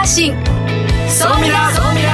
信総ミラ。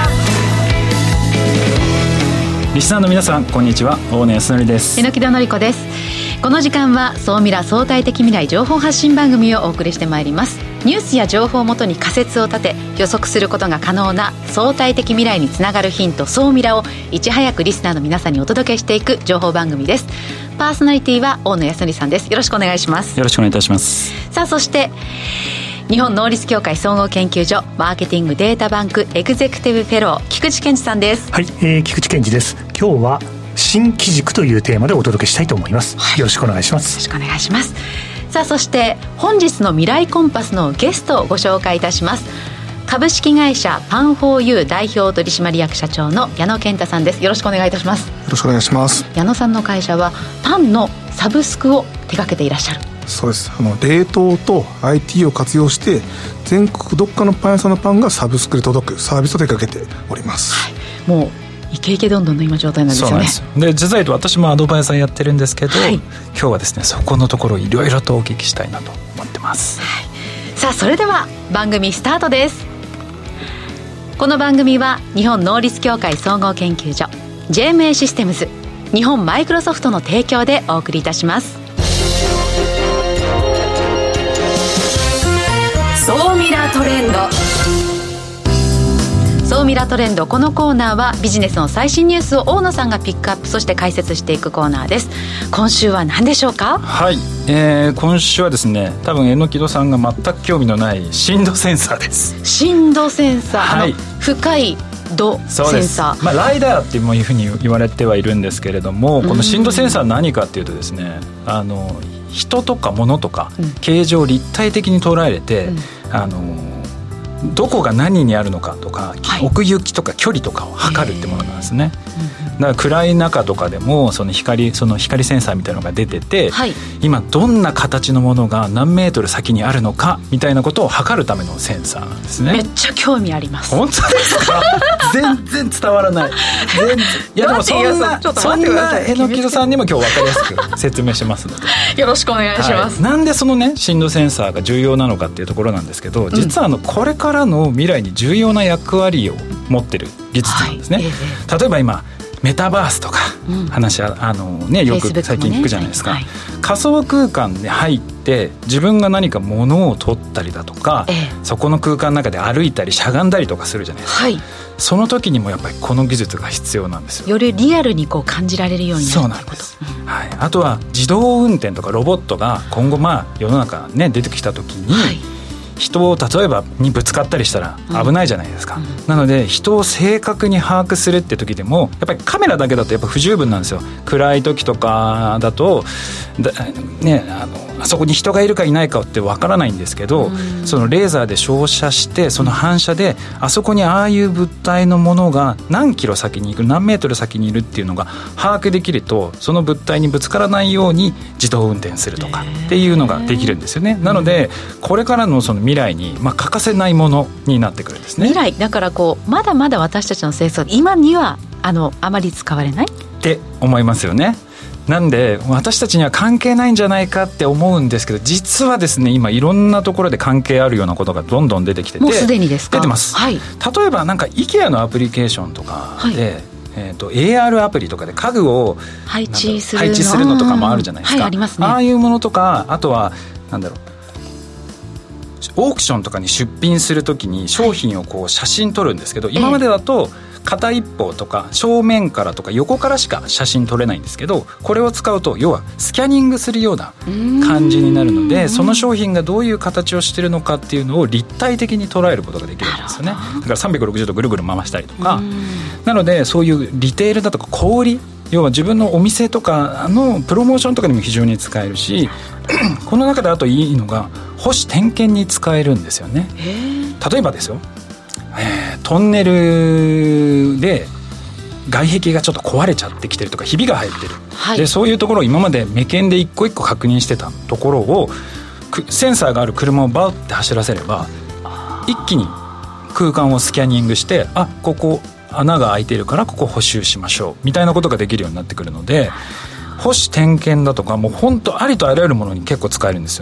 リスナーの皆さんこんにちは、大野康則です。 榎戸典子です。この時間は総ミラ相対的未来情報発信番組をお送りしてまいります。ニュースや情報をもとに仮説を立て予測することが可能な相対的未来につながるヒント、総ミラをいち早くリスナーの皆さんにお届けしていく情報番組です。パーソナリティは大野康則さんです。よろしくお願いします。 よろしくお願いいたします。 さあ、そして日本能率協会総合研究所マーケティングデータバンクエグゼクティブフェロー菊池健二さんです。 はい、菊池健二です。今日は新機軸というテーマでお届けしたいと思います、はい、よろしくお願いします。 よろしくお願いします。さあ、そして本日の未来コンパスのゲストをご紹介いたします。株式会社パン 4U 代表取締役社長の矢野健太さんです。よろしくお願いいたします。 よろしくお願いします。 矢野さんの会社はパンのサブスクを手掛けていらっしゃる。 そうです。冷凍と IT を活用して全国どっかのパン屋さんのパンがサブスクで届くサービスを手掛けております、はい、 もうイケイケどんどんの今状態なんですよね。 そうなんですよ。で、実際と私もアドバイザーやってるんですけど、はい、今日はですねそこのところをいろいろとお聞きしたいなと思ってます、はい、 さあ、それでは番組スタートです。この番組は日本能率協会総合研究所 JMA システムズ、日本マイクロソフトの提供でお送りいたします。 総ミラトレンド。 総ミラトレンド、このコーナーはビジネスの最新ニュースを大野さんがピックアップ、そして解説していくコーナーです。今週は何でしょうか？ はい、今週はですね、多分榎戸さんが全く興味のない深度センサーです。 深度センサー、はい、深い度センサー、 ライダーっていうふうに言われてはいるんですけれども、この深度センサーは何かっていうとですね、人とか物とか形状を立体的に捉えて、どこが何にあるのかとか、はい、奥行きとか距離とかを測るってものなんですね。だから暗い中とかでもその光センサーみたいなのが出てて、はい、今どんな形のものが何メートル先にあるのかみたいなことを測るためのセンサーなんですね。 めっちゃ興味あります。 本当ですか？全然伝わらない。いや、でもそんな榎戸さんにも今日分かりやすく説明しますのでよろしくお願いします、 はい、なんでそのね深度センサーが重要なのかっていうところなんですけど、実はこれからの未来に重要な役割を持ってる技術なんですね、はい、例えば今メタバースとか話は、よく最近聞くじゃないですか、はい、仮想空間に入って自分が何か物を取ったりだとか、そこの空間の中で歩いたりしゃがんだりとかするじゃないですか、はい、その時にもやっぱりこの技術が必要なんですよ。 よりリアルにこう感じられるようになる。 そうなんです、はい、あとは自動運転とかロボットが今後世の中ね出てきた時に、はい、人を例えばにぶつかったりしたら危ないじゃないですか、なので人を正確に把握するって時でもやっぱりカメラだけだとやっぱ不十分なんですよ。暗い時とかだとあそこに人がいるかいないかってわからないんですけど、そのレーザーで照射してその反射であそこにああいう物体のものが何キロ先にいる何メートル先にいるっていうのが把握できると、その物体にぶつからないように自動運転するとかっていうのができるんですよね。なのでこれからのその未来に欠かせないものになってくるんですね。 未来だからまだまだ私たちの生活今にはあまり使われないって思いますよね。なんで私たちには関係ないんじゃないかって思うんですけど、実はですね今いろんなところで関係あるようなことがどんどん出てきてて、 もうすでにですか？ 出てます、はい、例えばなんか IKEA のアプリケーションとかで、はい、AR アプリとかで家具を配置するのとかもあるじゃないですか、はい、ありますね。ああいうものとか、あとはオークションとかに出品するときに商品を写真撮るんですけど、今までだと片一方とか正面からとか横からしか写真撮れないんですけど、これを使うと要はスキャニングするような感じになるので、その商品がどういう形をしているのかっていうのを立体的に捉えることができるんですよね。だから360度ぐるぐる回したりとか、なのでそういうリテールだとか小売、要は自分のお店とかのプロモーションとかにも非常に使えるしこの中であといいのが保守点検に使えるんですよね。例えばですよ、トンネルで外壁がちょっと壊れちゃってきてるとかひびが入ってる、はい、でそういうところを今まで目検で一個一個確認してたところをセンサーがある車をバウって走らせれば一気に空間をスキャニングして、あ、ここ穴が開いているからここ補修しましょうみたいなことができるようになってくるので、保守点検だとかもう本当ありとあらゆるものに結構使えるんですよ。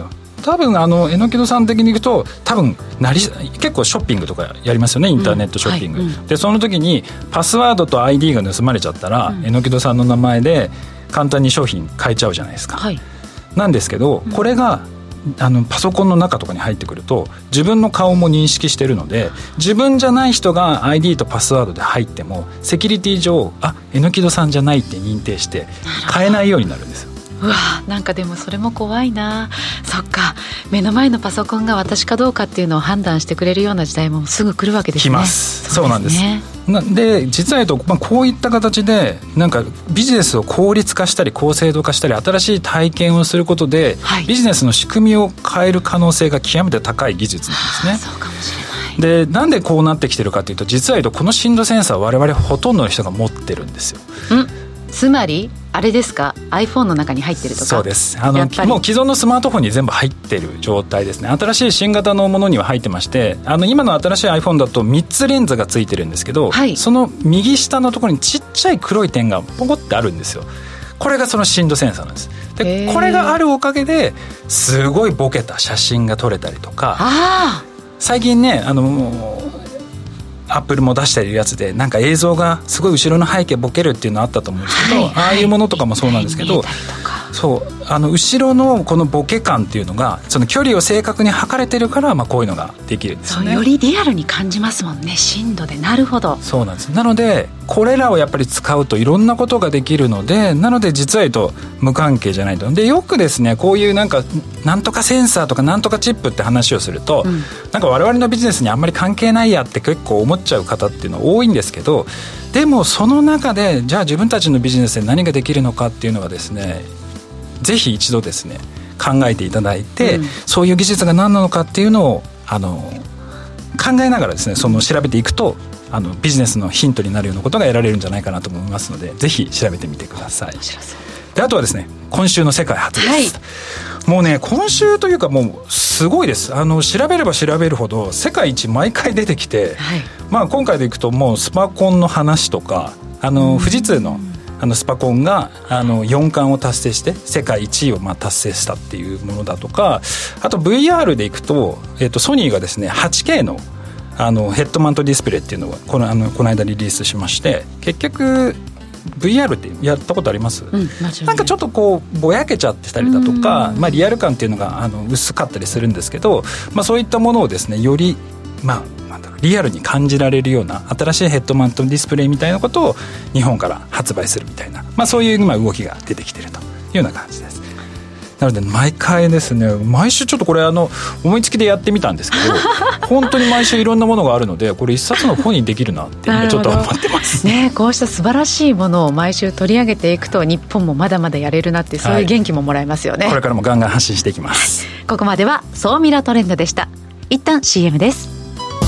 多分榎木戸さん的に言うと多分結構ショッピングとかやりますよね、インターネットショッピング、でその時にパスワードと ID が盗まれちゃったら、榎木戸さんの名前で簡単に商品買えちゃうじゃないですか、なんですけどこれがパソコンの中とかに入ってくると自分の顔も認識してるので、自分じゃない人が ID とパスワードで入ってもセキュリティ上榎木戸さんじゃないって認定して買えないようになるんですよ。 うわ、なんかでもそれも怖いな。そっか、目の前のパソコンが私かどうかっていうのを判断してくれるような時代もすぐ来るわけですね。 来ます。そうなんです。で実は言うと、こういった形でなんかビジネスを効率化したり高精度化したり新しい体験をすることで、ビジネスの仕組みを変える可能性が極めて高い技術なんですね。 そうかもしれない。 でなんでこうなってきてるかというと、実は言うとこの震度センサーは我々ほとんどの人が持ってるんですよ。 つまりあれですか、 iPhone の中に入ってるとか。 そうです。もう既存のスマートフォンに全部入ってる状態ですね。新しい新型のものには入ってまして、今の新しい iPhone だと3つレンズがついてるんですけど、その右下のところにちっちゃい黒い点がポコってあるんですよ。これがその震度センサーなんです。でこれがあるおかげですごいボケた写真が撮れたりとか、最近ねアップルも出しているやつでなんか映像がすごい後ろの背景ボケるっていうのあったと思うんですけど、ああいうものとかもそうなんですけど、そう後ろのこのボケ感っていうのがその距離を正確に測れてるから、こういうのができるんですよね。 よりリアルに感じますもんね、震度で。なるほど。 そうなんです。なのでこれらをやっぱり使うといろんなことができるので、なので実は言うと無関係じゃないと。でよくですね、こういうなんとかセンサーとかなんとかチップって話をすると、なんか我々のビジネスにあんまり関係ないやって結構思っちゃう方っていうのは多いんですけど、でもその中でじゃあ自分たちのビジネスで何ができるのかっていうのがですね、ぜひ一度ですね考えていただいて、そういう技術が何なのかっていうのを考えながらですね、その調べていくとビジネスのヒントになるようなことが得られるんじゃないかなと思いますので、ぜひ調べてみてください。であとはですね、今週の世界初です、もうね今週というかもうすごいです。調べれば調べるほど世界一毎回出てきて、今回でいくともうスパコンの話とか富士通のスパコンが4冠を達成して世界1位を達成したっていうものだとか、あと VR でいくと、ソニーがですね 8K のヘッドマウントディスプレイっていうのをこの間リリースしまして、結局 VR ってやったことあります？なんかちょっとこうぼやけちゃってたりだとか、リアル感っていうのが薄かったりするんですけど、そういったものをですねよりリアルに感じられるような新しいヘッドマウントディスプレイみたいなことを日本から発売するみたいな、そういう動きが出てきているというような感じです。なので毎回ですね、毎週ちょっとこれ思いつきでやってみたんですけど本当に毎週いろんなものがあるので、これ一冊の本にできるなってちょっと思ってますね。こうした素晴らしいものを毎週取り上げていくと日本もまだまだやれるなって、そういう元気ももらえますよね、 これからもガンガン発信していきます。 ここまでは総ミラトレンドでした。一旦 CM です。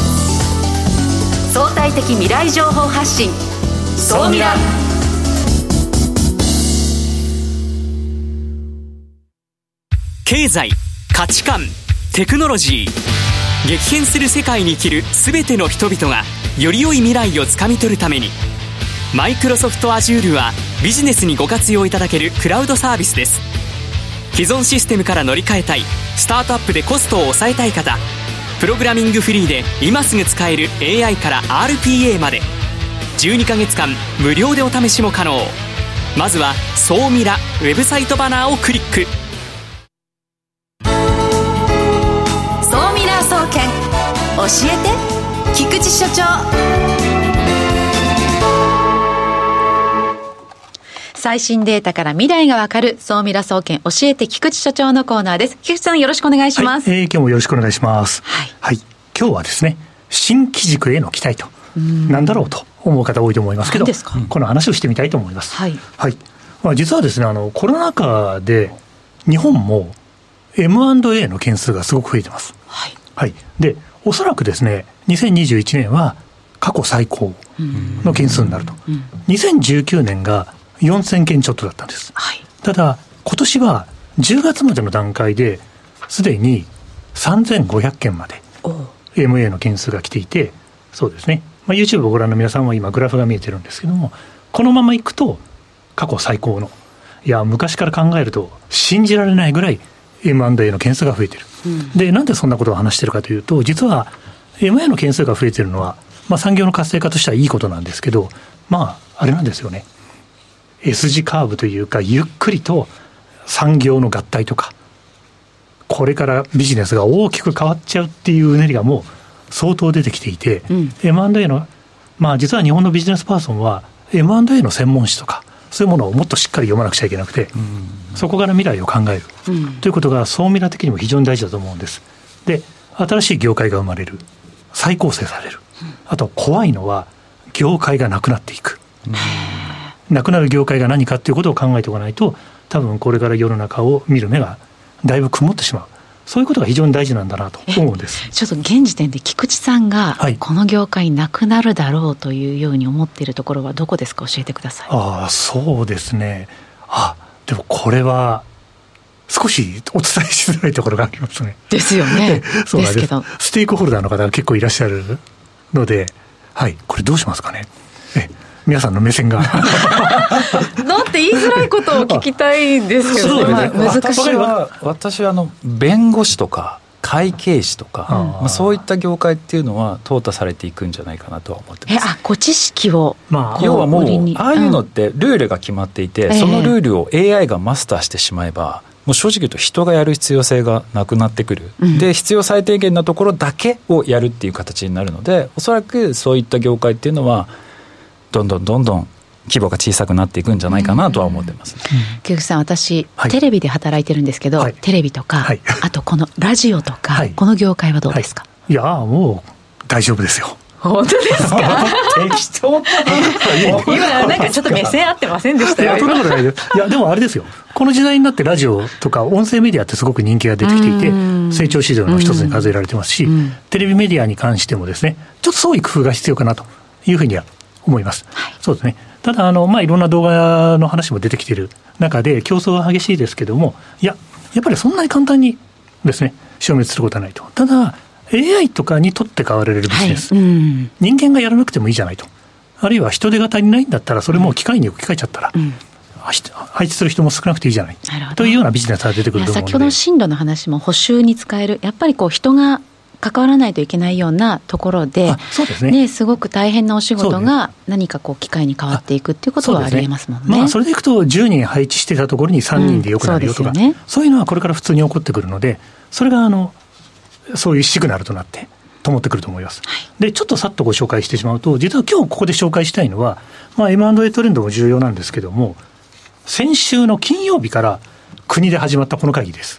相対的未来情報発信、総ミラ。 経済、価値観、テクノロジー、激変する世界に生きるすべての人々がより良い未来をつかみ取るために、マイクロソフト Azure はビジネスにご活用いただけるクラウドサービスです。既存システムから乗り換えたい、スタートアップでコストを抑えたい方、プログラミングフリーで今すぐ使える AI から RPA まで12ヶ月間無料でお試しも可能。まずは総ミラウェブサイトバナーをクリック。 総ミラ総研、教えて菊池所長。 最新データから未来がわかる総ミラ総研教えて菊池所長のコーナーです。菊池さん、よろしくお願いします。 今日もよろしくお願いします。今日はですね、新機軸への期待となんだろうと思う方多いと思いますけど、この話をしてみたいと思います。実はですね、コロナ禍で日本も M&A の件数がすごく増えてます。でおそらくですね、2021年は過去最高の件数になると。2019年が4000件ちょっとだったんです。ただ今年は10月までの段階ですでに3500件まで MA の件数が来ていて、そうですね、YouTube をご覧の皆さんは今グラフが見えてるんですけども、このままいくと過去最高の、昔から考えると信じられないぐらい M&A の件数が増えてる、でなんでそんなことを話してるかというと、実は M&A の件数が増えてるのは、産業の活性化としてはいいことなんですけど、あれなんですよね、 S 字カーブというか、ゆっくりと産業の合体とか、これからビジネスが大きく変わっちゃうっていううねりがもう相当出てきていて、M&A の、実は日本のビジネスパーソンは M&A の専門誌とかそういうものをもっとしっかり読まなくちゃいけなくて、そこから未来を考える、ということが総ミラ的にも非常に大事だと思うんです。で、新しい業界が生まれる、再構成される、あと怖いのは業界がなくなっていく、なくなる業界が何かということを考えておかないと、多分これから世の中を見る目がだいぶ曇ってしまう、そういうことが非常に大事なんだなと思うんです。 ちょっと現時点で菊池さんがこの業界なくなるだろうというように思っているところはどこですか、教えてください。 そうですね、でもこれは少しお伝えしづらいところがありますね。 ですよねそうなんです。 ですけどステークホルダーの方が結構いらっしゃるので、これどうしますかね、皆さんの目線がだって言いづらいことを聞きたいんですけど、ね、難しい。 私は弁護士とか会計士とか、そういった業界っていうのは淘汰されていくんじゃないかなとは思ってます。 ご知識を、 要はもうああいうのってルールが決まっていて、そのルールを AI がマスターしてしまえば、もう正直言うと人がやる必要性がなくなってくる、で必要最低限なところだけをやるっていう形になるので、おそらくそういった業界っていうのはどんどん規模が小さくなっていくんじゃないかなとは思ってます、 菊池さん、私、テレビで働いてるんですけど、テレビとか、あとこのラジオとか、この業界はどうですか？ いやもう大丈夫ですよ。 本当ですか？適当今なんかちょっと目線合ってませんでしたよ。 そんなことないです。いやでもあれですよ、この時代になってラジオとか音声メディアってすごく人気が出てきていて、成長市場の一つに数えられてますし、テレビメディアに関してもですね、ちょっと創意工夫が必要かなというふうには思います、そうですね。ただいろんな動画の話も出てきている中で競争は激しいですけども、やっぱりそんなに簡単にですね消滅することはないと。ただ AI とかにとって代わられるビジネス、人間がやらなくてもいいじゃないと、あるいは人手が足りないんだったらそれも機械に置き換えちゃったら、配置する人も少なくていいじゃないというようなビジネスが出てくると思うので、 先ほどの進路の話も補修に使える、やっぱり人が関わらないといけないようなところで、 そうですね、 すごく大変なお仕事が何か機会に変わっていくっていうことはありえますもんね。 それでいくと10人配置してたところに3人でよくなるよとか、そういうのはこれから普通に起こってくるので、それがそういうシグナルとなって灯ってくると思います、でちょっとさっとご紹介してしまうと、実は今日ここで紹介したいのは、M&A トレンドも重要なんですけども、先週の金曜日から国で始まったこの会議です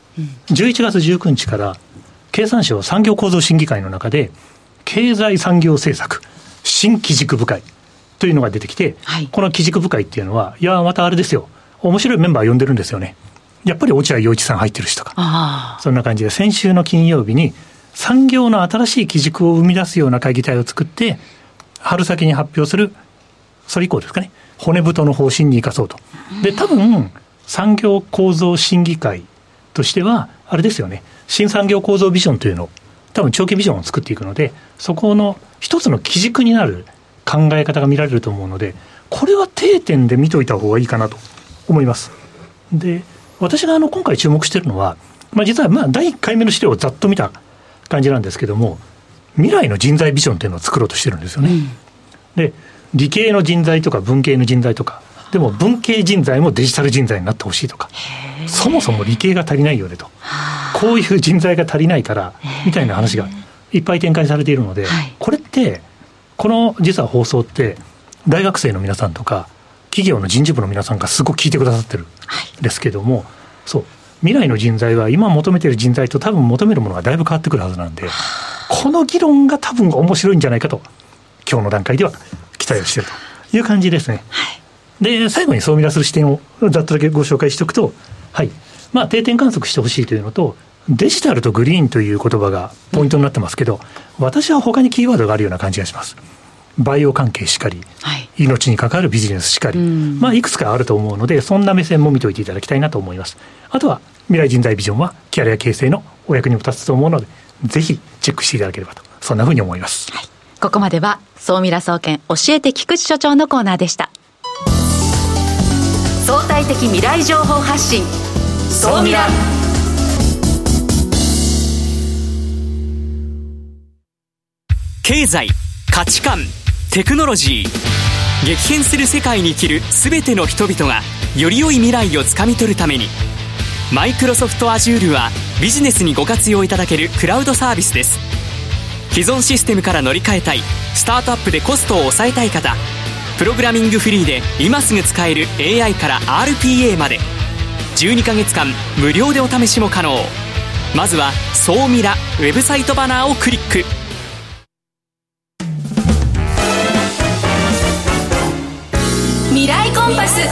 、11月19日から経産省産業構造審議会の中で経済産業政策新基軸部会というのが出てきて、この基軸部会っていうのは、またあれですよ、面白いメンバー呼んでるんですよね。やっぱり落合陽一さん入ってるしとか、そんな感じで先週の金曜日に産業の新しい基軸を生み出すような会議体を作って、春先に発表する、それ以降ですかね、骨太の方針に生かそうと。で多分産業構造審議会としてはあれですよね、新産業構造ビジョンというのを多分長期ビジョンを作っていくので、そこの一つの基軸になる考え方が見られると思うので、これは定点で見といた方がいいかなと思います。で私が今回注目しているのは、実は第1回目の資料をざっと見た感じなんですけども、未来の人材ビジョンというのを作ろうとしてるんですよね、で理系の人材とか文系の人材とか、でも文系人材もデジタル人材になってほしいとか、そもそも理系が足りないよねと、こういう人材が足りないからみたいな話がいっぱい展開されているので、これってこの実は放送って大学生の皆さんとか企業の人事部の皆さんがすごく聞いてくださってるんですけども、そう未来の人材は今求めている人材と多分求めるものがだいぶ変わってくるはずなんで、この議論が多分面白いんじゃないかと今日の段階では期待をしているという感じですね、で最後に総ミラする視点をざっとだけご紹介しておくと、定点観測してほしいというのと、デジタルとグリーンという言葉がポイントになってますけど、私は他にキーワードがあるような感じがします。バイオ関係しかり、命に関わるビジネスしかり、いくつかあると思うので、そんな目線も見ておいていただきたいなと思います。あとは未来人材ビジョンはキャリア形成のお役にも立つと思うので、ぜひチェックしていただければと、そんなふうに思います、 ここまでは総ミラ総研教えて菊池所長のコーナーでした。 相対的未来情報発信、総ミラ。 経済、価値観、テクノロジー、激変する世界に生きる全ての人々がより良い未来をつかみ取るために、マイクロソフト Azure はビジネスにご活用いただけるクラウドサービスです。既存システムから乗り換えたい、スタートアップでコストを抑えたい方、プログラミングフリーで今すぐ使える AI から RPA まで12ヶ月間無料でお試しも可能。まずは総ミラウェブサイトバナーをクリック。 未来コンパス。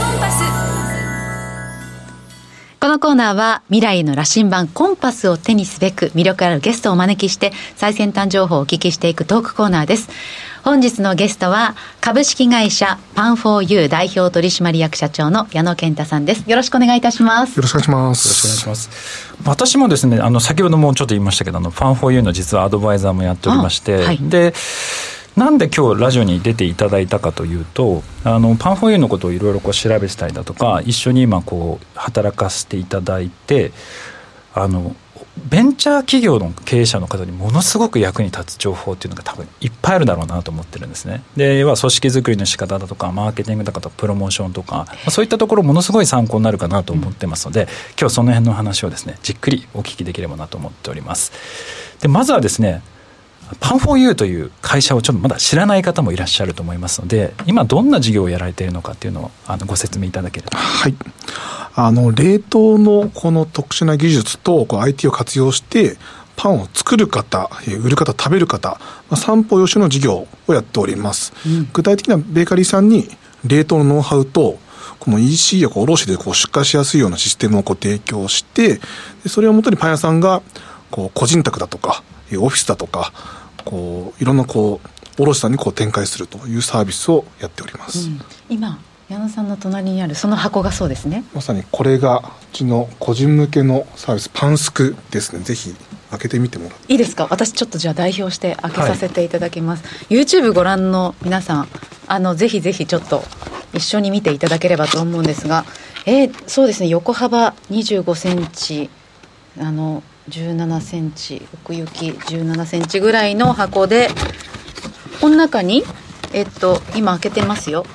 このコーナーは未来の羅針盤コンパスを手にすべく魅力あるゲストをお招きして最先端情報をお聞きしていくトークコーナーです。本日のゲストは株式会社パンフォーユー代表取締役社長の矢野健太さんです。よろしくお願いいたします。 よろしくお願いします。 よろしくお願いします。私もですね、先ほどもちょっと言いましたけど、パンフォーユーの実はアドバイザーもやっておりまして、はい、でなんで今日ラジオに出ていただいたかというと、パンフォーユーのことをいろいろ調べてたりだとか、一緒に今働かせていただいて、ベンチャー企業の経営者の方にものすごく役に立つ情報っていうのが多分いっぱいあるだろうなと思ってるんですね。で、要は組織づくりの仕方だとかマーケティングだとかプロモーションとか、そういったところものすごい参考になるかなと思ってますので、今日その辺の話をですねじっくりお聞きできればなと思っております。で、まずはですね、パンフォーユーという会社をちょっとまだ知らない方もいらっしゃると思いますので、今どんな事業をやられているのかっていうのをご説明いただければ。 はい、冷凍のこの特殊な技術とIT を活用してパンを作る方、売る方、食べる方、三方よしの事業をやっております、具体的なベーカリーさんに冷凍のノウハウとこの EC や卸で出荷しやすいようなシステムを提供して、それをもとにパン屋さんが個人宅だとかオフィスだとかいろんな卸さんに展開するというサービスをやっております、 今矢野さんの隣にあるその箱がそうですね。 まさにこれがうちの個人向けのサービスパンスクですね。ぜひ開けてみてもらっていいですか。私ちょっとじゃあ代表して開けさせていただきます、はい、YouTube ご覧の皆さんぜひぜひちょっと一緒に見ていただければと思うんですが、そうですね、横幅25センチ17センチ奥行き17センチぐらいの箱で、この中に今開けてますよ。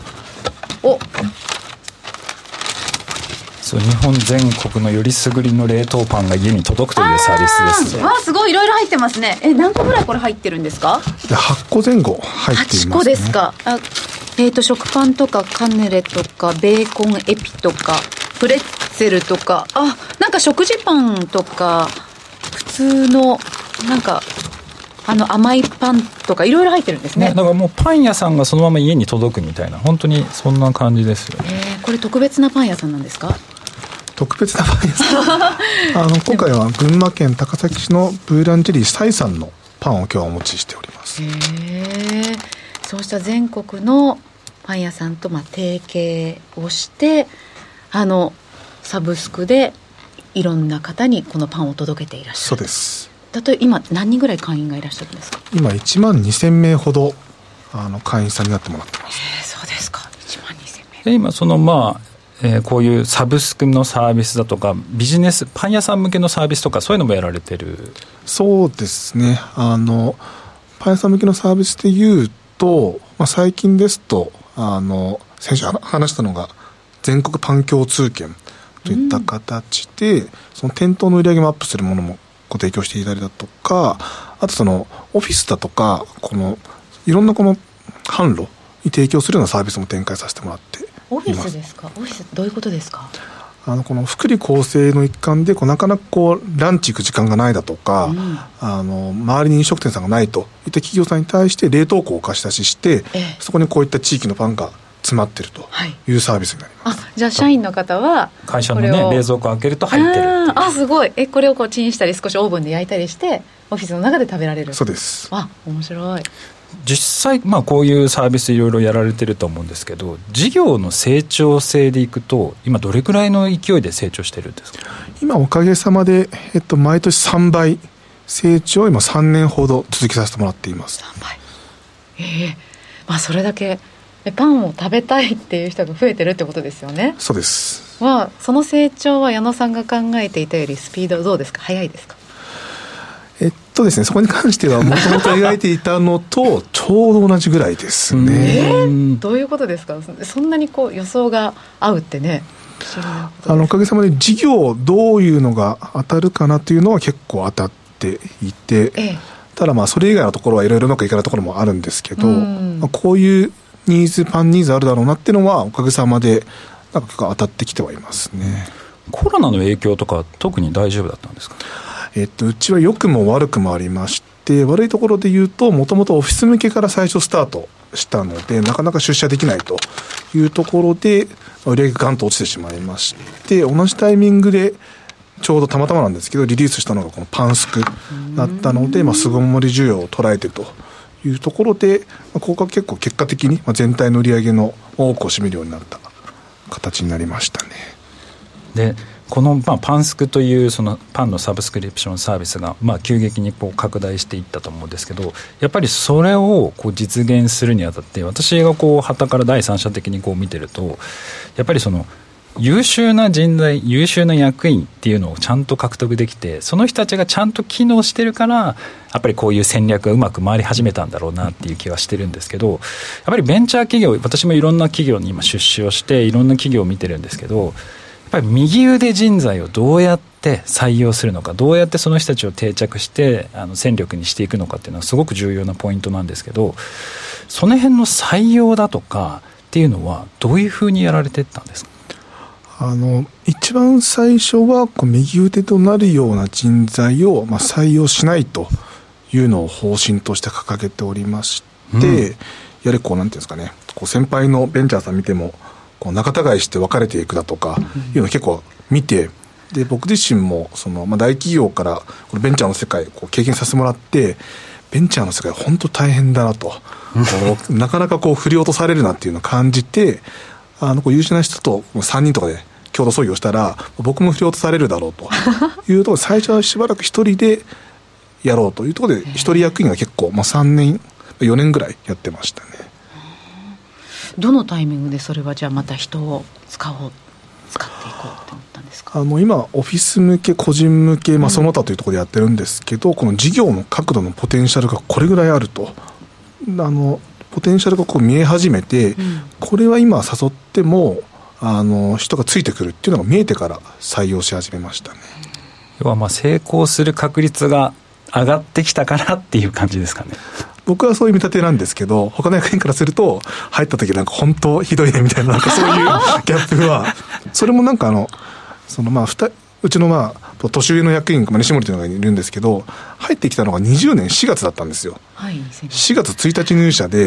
そう、日本全国のよりすぐりの冷凍パンが家に届くというサービスです。 すごいいろいろ入ってますね。何個ぐらいこれ入ってるんですか ？8個前後入っていますね。 8個ですか。食パンとかカヌレとかベーコンエピとかプレッツェルとか、なんか食事パンとか普通のなんか甘いパンとかいろいろ入ってるんですね。 だからもうパン屋さんがそのまま家に届くみたいな、本当にそんな感じですよね。 これ特別なパン屋さんなんですか？ 特別なパン屋さん今回は群馬県高崎市のブーランジェリーサイさんのパンを今日はお持ちしております。 そうした全国のパン屋さんと提携をしてサブスクでいろんな方にこのパンを届けていらっしゃる。 そうです。 例えば今何人ぐらい会員がいらっしゃるんですか？ 今1万2000名ほど会員さんになってもらってます。 そうですか。1万2000名で今こういうサブスクのサービスだとかビジネスパン屋さん向けのサービスとかそういうのもやられてる？ そうですね、パン屋さん向けのサービスでいうと、最近ですと先週話したのが全国パン共通券といった形で、その店頭の売り上げもアップするものもご提供していただいたりだとか、あとオフィスだとかいろんな販路に提供するようなサービスも展開させてもらっています。 オフィスですか？オフィスどういうことですか？ この福利厚生の一環でなかなかランチ行く時間がないだとか、周りに飲食店さんがないといった企業さんに対して冷凍庫を貸し出しして、そこにこういった地域のパンが詰まってるというサービスになります。 じゃあ社員の方は会社の冷蔵庫を開けると入ってる。 すごい。これをチンしたり少しオーブンで焼いたりしてオフィスの中で食べられる。 そうです。 面白い。 実際こういうサービスいろいろやられてると思うんですけど、事業の成長性でいくと今どれくらいの勢いで成長してるんですか？ 今おかげさまで、毎年3倍成長を今3年ほど続けさせてもらっています。 3倍。それだけパンを食べたいっていう人が増えてるってことですよね。 そうです。 その成長は矢野さんが考えていたよりスピードどうですか？早いですか？ ですね、そこに関してはもともと描いていたのとちょうど同じぐらいですね。 どういうことですか？そんなにこう予想が合うってね。 おかげさまで事業どういうのが当たるかなというのは結構当たっていて、ただまあそれ以外のところはいろいろうまくいかないところもあるんですけど、こういうニーズ、パンニーズあるだろうなっていうのはおかげさまでなんか結構当たってきてはいますね。 コロナの影響とか特に大丈夫だったんですか？ うちは良くも悪くもありまして、悪いところで言うともともとオフィス向けから最初スタートしたのでなかなか出社できないというところで売り上げがガンと落ちてしまいまして、同じタイミングでちょうどたまたまなんですけどリリースしたのがこのパンスクだったので、巣ごもり需要を捉えてというところで、ここが結構結果的に全体の売り上げの多くを占めるようになった形になりましたね。 でこのパンスクというそのパンのサブスクリプションサービスが急激にこう拡大していったと思うんですけど、やっぱりそれをこう実現するにあたって私がこう傍から第三者的にこう見てると、やっぱりその優秀な人材、優秀な役員っていうのをちゃんと獲得できて、その人たちがちゃんと機能してるからやっぱりこういう戦略がうまく回り始めたんだろうなっていう気はしてるんですけど、やっぱりベンチャー企業、私もいろんな企業に今出資をしていろんな企業を見てるんですけど、やっぱり右腕人材をどうやって採用するのか、どうやってその人たちを定着して戦力にしていくのかっていうのはすごく重要なポイントなんですけど、その辺の採用だとかっていうのはどういうふうにやられていったんですか？ 一番最初は右腕となるような人材を採用しないというのを方針として掲げておりまして、やはりなんていうんですかね、先輩のベンチャーさん見ても仲違いして別れていくだとかいうのを結構見て、で僕自身も大企業からベンチャーの世界を経験させてもらって、ベンチャーの世界本当大変だなとなかなか振り落とされるなっていうのを感じて、優秀な人と3人とかで共同創業したら僕も振り落とされるだろうというところで、最初はしばらく一人でやろうというところで一人役員が結構3年4年ぐらいやってましたね。 どのタイミングでそれはじゃあまた人を使っていこうって思ったんですか？ 今オフィス向け、個人向け、その他というところでやってるんですけど、この事業の角度のポテンシャルがこれぐらいあると、ポテンシャルが見え始めて、これは今誘っても人がついてくるっていうのが見えてから採用し始めましたね。 要は成功する確率が上がってきたからっていう感じですかね。 僕はそういう見立てなんですけど、他の役員からすると入った時本当ひどいねみたいな、そういうギャップはそれもうちの年上の役員、西森というのがいるんですけど、入ってきたのが20年4月だったんですよ。4月1日入社で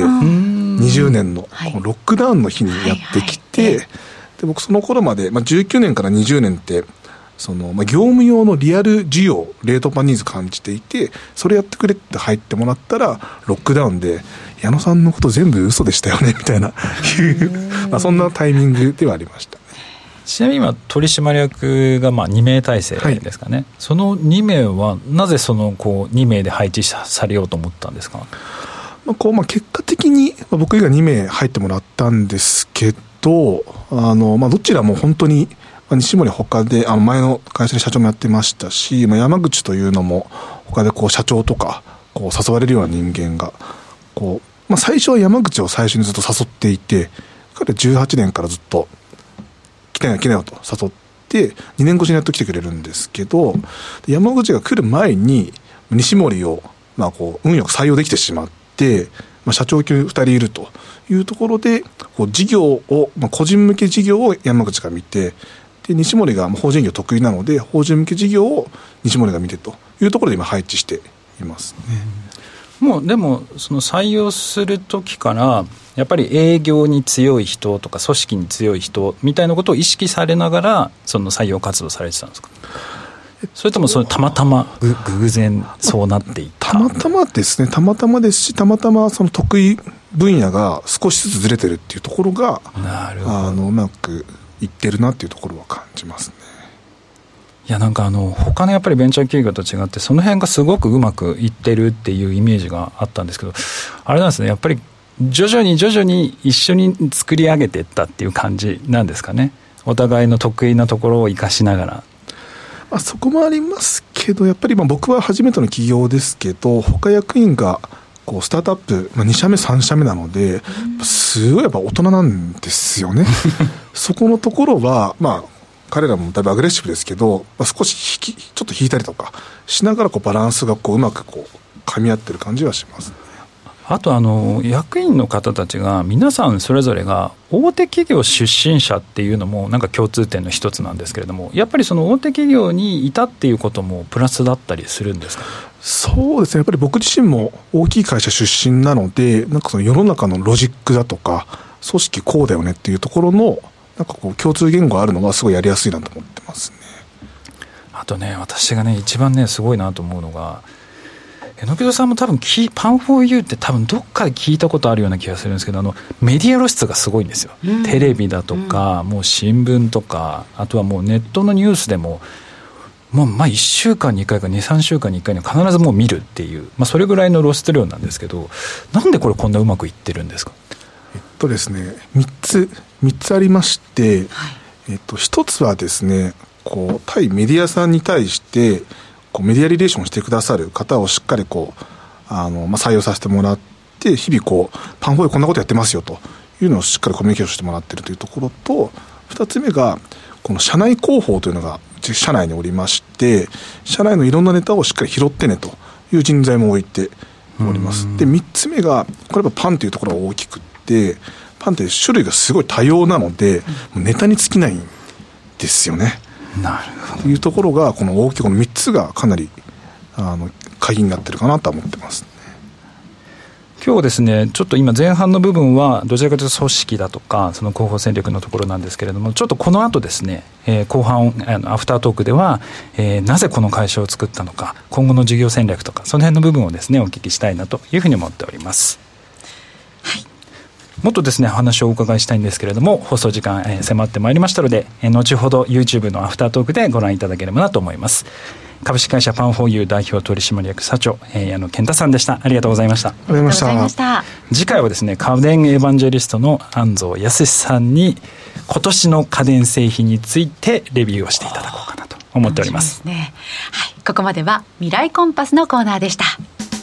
20年のロックダウンの日にやってきて、で僕その頃まで、19年から20年って業務用のリアル需要、レートパンニーズ感じていて、それやってくれって入ってもらったらロックダウンで矢野さんのこと全部嘘でしたよねみたいなそんなタイミングではありましたね。 ちなみに今取締役が2名体制ですかね、その2名はなぜ2名で配置されようと思ったんですか？ 結果的に僕以外2名入ってもらったんですけど、どちらも本当に西森他で前の会社で社長もやってましたし、山口というのも他で社長とか誘われるような人間が最初は山口を最初にずっと誘っていて、彼18年からずっと来てよと誘って2年越しにやっと来てくれるんですけど、山口が来る前に西森を運よく採用できてしまって、社長級2人いるというところで事業を、個人向け事業を山口が見て、で西森が法人業得意なので法人向け事業を西森が見てというところで今配置していますね。 もうでも採用する時からやっぱり営業に強い人とか組織に強い人みたいなことを意識されながら採用活動されてたんですか？それともたまたま偶然そうなっていった？ たまたまですね。たまたまですし、たまたま得意分野が少しずつずれてるっていうところがうまくいってるなっていうところは感じますね。 いや他のやっぱりベンチャー企業と違ってその辺がすごくうまくいってるっていうイメージがあったんですけど、あれなんですね、やっぱり徐々に一緒に作り上げていったっていう感じなんですかね。お互いの得意なところを生かしながら。 そこもありますけど、やっぱり僕は初めての企業ですけど、他役員がスタートアップ、2社目3社目なので、すごいやっぱ大人なんですよねそこのところは彼らもだいぶアグレッシブですけど、少しちょっと引いたりとかしながらバランスがうまく噛み合ってる感じはしますね。 あと役員の方たちが皆さんそれぞれが大手企業出身者っていうのもなんか共通点の一つなんですけれども、やっぱりその大手企業にいたっていうこともプラスだったりするんですか？ そうですね、やっぱり僕自身も大きい会社出身なので、なんかその世の中のロジックだとか組織こうだよねっていうところのなんか共通言語があるのはすごいやりやすいなと思ってますね。 あとね、私がね一番ねすごいなと思うのが、榎戸さんも多分パンフォーユーって多分どっかで聞いたことあるような気がするんですけど、メディア露出がすごいんですよ、テレビだとか、もう新聞とか、あとはもうネットのニュースでももう1週間に1回か 2,3 週間に1回に必ずもう見るっていう、それぐらいの露出量なんですけど、なんでこれこんなうまくいってるんですか？ ですね、3つありまして、1つはですね、対メディアさんに対してメディアリレーションしてくださる方をしっかり採用させてもらって、日々パンフォーユーこんなことやってますよというのをしっかりコミュニケーションしてもらっているというところと、2つ目がこの社内広報というのがうち社内におりまして、社内のいろんなネタをしっかり拾ってねという人材も置いております。で3つ目がこれはパンというところが大きくって、パンって種類がすごい多様なので、ネタに尽きないんですよね。 なるほど。 というところがこの大きいこの3つがかなり鍵になってるかなと思ってます。 今日ですね、ちょっと今前半の部分はどちらかというと組織だとかその広報戦略のところなんですけれども、ちょっとこの後ですね、後半アフタートークでは、なぜこの会社を作ったのか、今後の事業戦略とかその辺の部分をですねお聞きしたいなというふうに思っております。もっとですね話をお伺いしたいんですけれども、放送時間、迫ってまいりましたので、後ほど YouTube のアフタートークでご覧いただければなと思います。株式会社パンフォーユー代表取締役社長、矢野健太さんでした。ありがとうございました。 ありがとうございました。 次回はですね、家電エヴァンジェリストの安藤康さんに今年の家電製品についてレビューをしていただこうかなと思っております。 ね、はい、ここまでは未来コンパスのコーナーでした。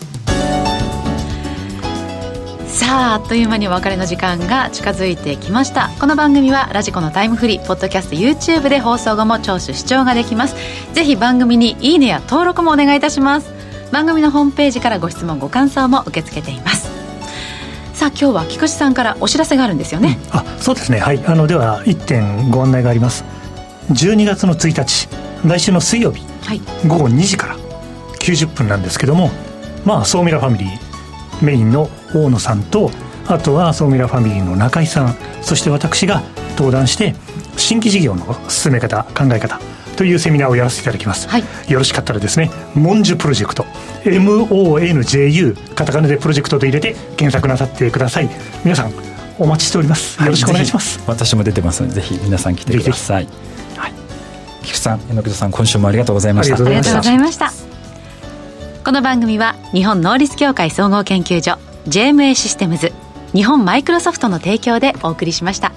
さあ、あっという間にお別れの時間が近づいてきました。この番組はラジコのタイムフリー、ポッドキャスト、 YouTube で放送後も聴取視聴ができます。ぜひ番組にいいねや登録もお願いいたします。番組のホームページからご質問ご感想も受け付けています。さあ、今日は菊池さんからお知らせがあるんですよね。 そうですね、はい、では1点ご案内があります。12月の1日、来週の水曜日、午後2時から90分なんですけども、ソーミラファミリーメインの大野さんと、あとはソーミラファミリーの中井さん、そして私が登壇して新規事業の進め方、考え方というセミナーをやらせていただきます、よろしかったらですね、モンジュプロジェクト MONJU カタカナでプロジェクトと入れて検索なさってください。皆さんお待ちしております。よろしくお願いします。 私も出てますので、ぜひ皆さん来てください。菊池さん、榎戸さん、今週もありがとうございました。 ありがとうございました。この番組は日本能率協会総合研究所、JMA システムズ、日本マイクロソフトの提供でお送りしました。